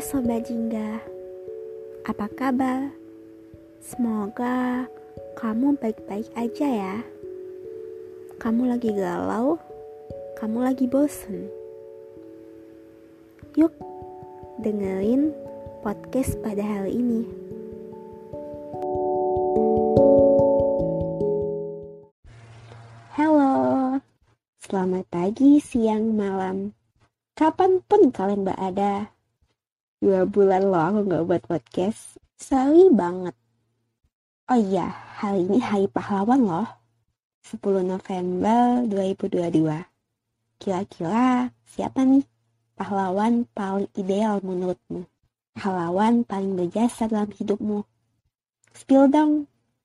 Sobat Jingga, apa kabar? Semoga kamu baik-baik aja ya. Kamu lagi galau? Kamu lagi bosen? Yuk, dengerin podcast pada hari ini. Halo, selamat pagi, siang, malam. Kapanpun kalian berada. 2 bulan loh aku gak buat podcast. Sorry banget. Oh iya, hari ini Hari Pahlawan loh. 10 November 2022. Kira-kira siapa nih pahlawan paling ideal menurutmu? Pahlawan paling berjasa dalam hidupmu? Spill dong.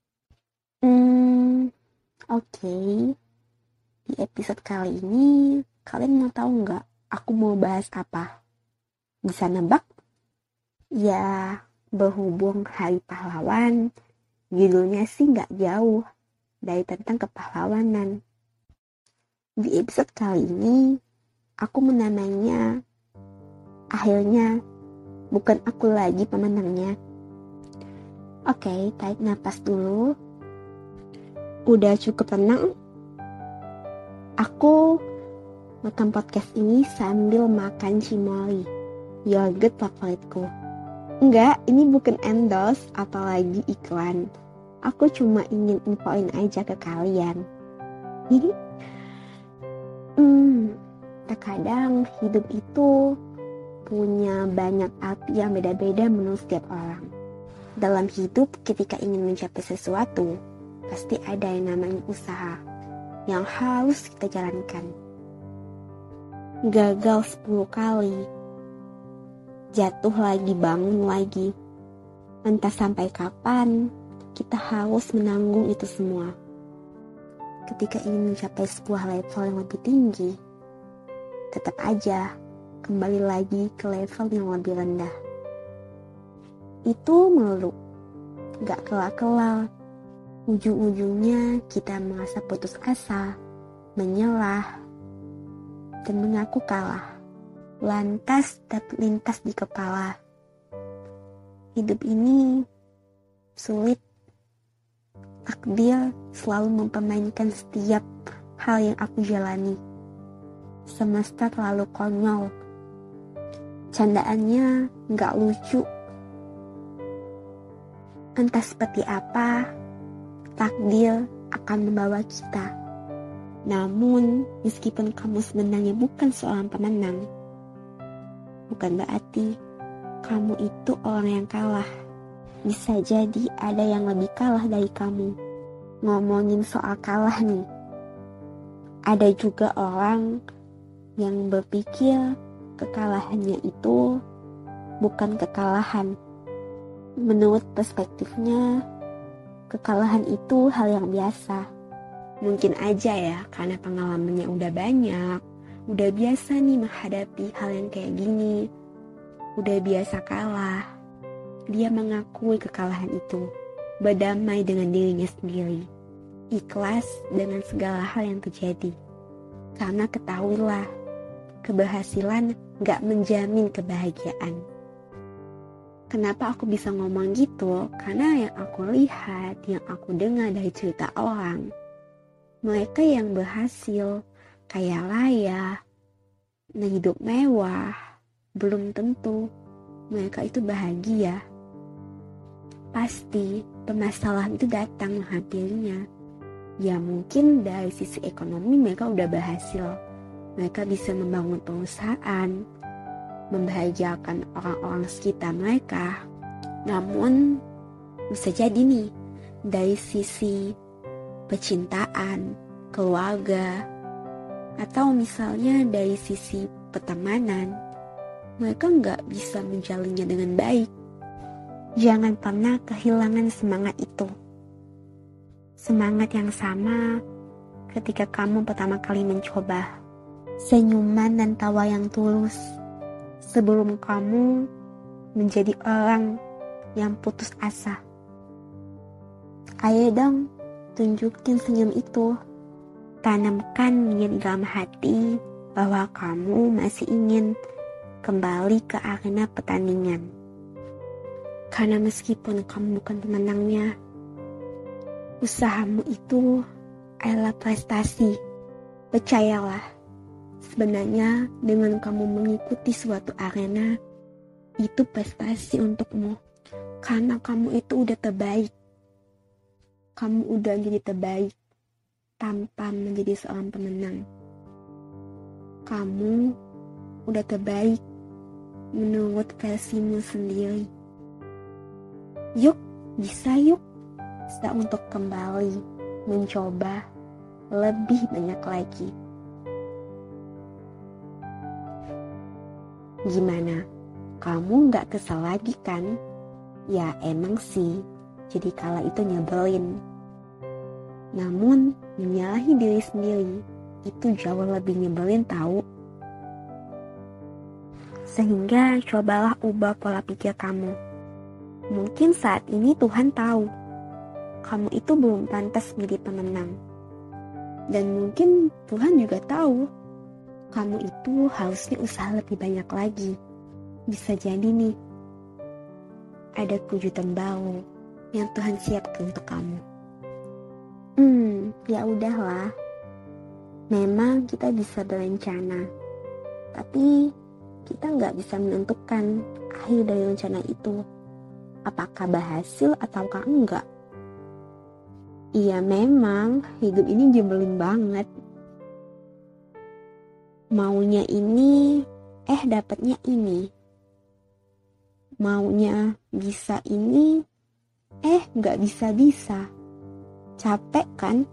Oke. Di episode kali ini, kalian mau tahu nggak aku mau bahas apa? Bisa nebak? Ya, berhubung Hari Pahlawan, judulnya sih nggak jauh dari tentang kepahlawanan. Di episode kali ini, aku menamainya akhirnya bukan aku lagi pemenangnya. Oke, tarik napas dulu. Udah cukup tenang? Aku rekam podcast ini sambil makan cimoli, yogurt favoritku. Enggak, ini bukan endorse apalagi iklan. Aku cuma ingin infoin aja ke kalian. Jadi, terkadang hidup itu punya banyak arti yang beda-beda menurut setiap orang. Dalam hidup, ketika ingin mencapai sesuatu, pasti ada yang namanya usaha yang harus kita jalankan. Gagal 10 kali, jatuh lagi, bangun lagi. Entah sampai kapan kita harus menanggung itu semua. Ketika ingin mencapai sebuah level yang lebih tinggi, tetap aja kembali lagi ke level yang lebih rendah. Itu melulu, gak kelar-kelar. Ujung-ujungnya kita merasa putus asa, menyerah, dan mengaku kalah. Lantas terlintas di kepala, hidup ini sulit. Takdir selalu mempermainkan setiap hal yang aku jalani. Semesta terlalu konyol, candaannya gak lucu. Entah seperti apa, takdir akan membawa kita. Namun, meskipun kamu sebenarnya bukan seorang pemenang, bukan berarti kamu itu orang yang kalah. Bisa jadi ada yang lebih kalah dari kamu. Ngomongin soal kalah nih, ada juga orang yang berpikir kekalahannya itu bukan kekalahan. Menurut perspektifnya, kekalahan itu hal yang biasa. Mungkin aja ya, karena pengalamannya udah banyak, udah biasa nih menghadapi hal yang kayak gini, udah biasa kalah. Dia mengakui kekalahan itu, berdamai dengan dirinya sendiri, ikhlas dengan segala hal yang terjadi. Karena ketahuilah, keberhasilan gak menjamin kebahagiaan. Kenapa aku bisa ngomong gitu? Karena yang aku lihat, yang aku dengar dari cerita orang, mereka yang berhasil, kaya raya, dan hidup mewah, belum tentu mereka itu bahagia. Pasti permasalahan itu datang menghampirinya. Ya mungkin dari sisi ekonomi mereka udah berhasil. Mereka bisa membangun perusahaan, membahagiakan orang-orang sekitar mereka. Namun bisa jadi nih, dari sisi percintaan, keluarga, atau misalnya dari sisi pertemanan, mereka nggak bisa menjalinnya dengan baik. Jangan pernah kehilangan semangat itu. Semangat yang sama ketika kamu pertama kali mencoba. Senyuman dan tawa yang tulus sebelum kamu menjadi orang yang putus asa. Ayo dong, tunjukin senyum itu. Tanamkan niat dalam hati bahwa kamu masih ingin kembali ke arena pertandingan. Karena meskipun kamu bukan pemenangnya, usahamu itu adalah prestasi. Percayalah, sebenarnya dengan kamu mengikuti suatu arena, itu prestasi untukmu. Karena kamu itu udah terbaik. Kamu udah jadi terbaik tanpa menjadi seorang pemenang. Kamu udah terbaik menurut versimu sendiri. Yuk, bisa yuk. Bisa untuk kembali mencoba lebih banyak lagi. Gimana? Kamu gak kesal lagi kan? Ya emang sih, jadi kala itu nyebelin. Namun, menyalahi diri sendiri itu jauh lebih nyebelin tahu. Sehingga cobalah ubah pola pikir kamu. Mungkin saat ini Tuhan tahu kamu itu belum pantas menjadi pemenang. Dan mungkin Tuhan juga tahu kamu itu harusnya usaha lebih banyak lagi. Bisa jadi nih, ada kejutan baru yang Tuhan siapkan untuk kamu. Ya udahlah. Memang kita bisa berencana, tapi kita nggak bisa menentukan akhir dari rencana itu. Apakah berhasil ataukah enggak? Iya memang hidup ini jebelin banget. Maunya ini, dapatnya ini. Maunya bisa ini, nggak bisa-bisa. Capek kan?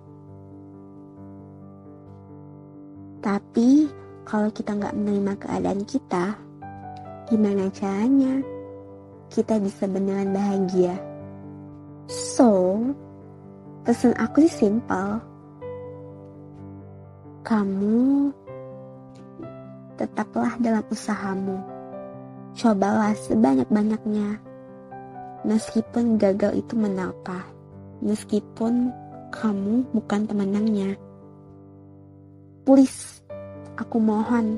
Tapi kalau kita nggak menerima keadaan kita, gimana caranya kita bisa beneran bahagia? So, pesan aku sih simpel. Kamu tetaplah dalam usahamu. Cobalah sebanyak-banyaknya. Meskipun gagal itu menapa. Meskipun kamu bukan pemenangnya. Please, aku mohon.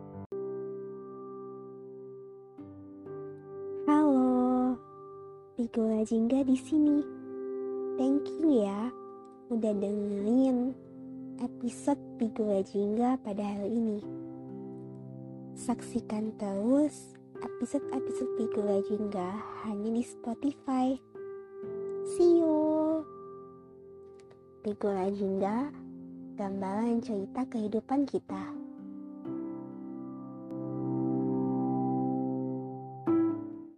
Halo, Pigola Jingga di sini. Thank you ya udah dengerin episode Pigola Jingga pada hari ini. Saksikan terus episode-episode Pigola Jingga hanya di Spotify. See you. Pigola Jingga, gambaran cerita kehidupan kita.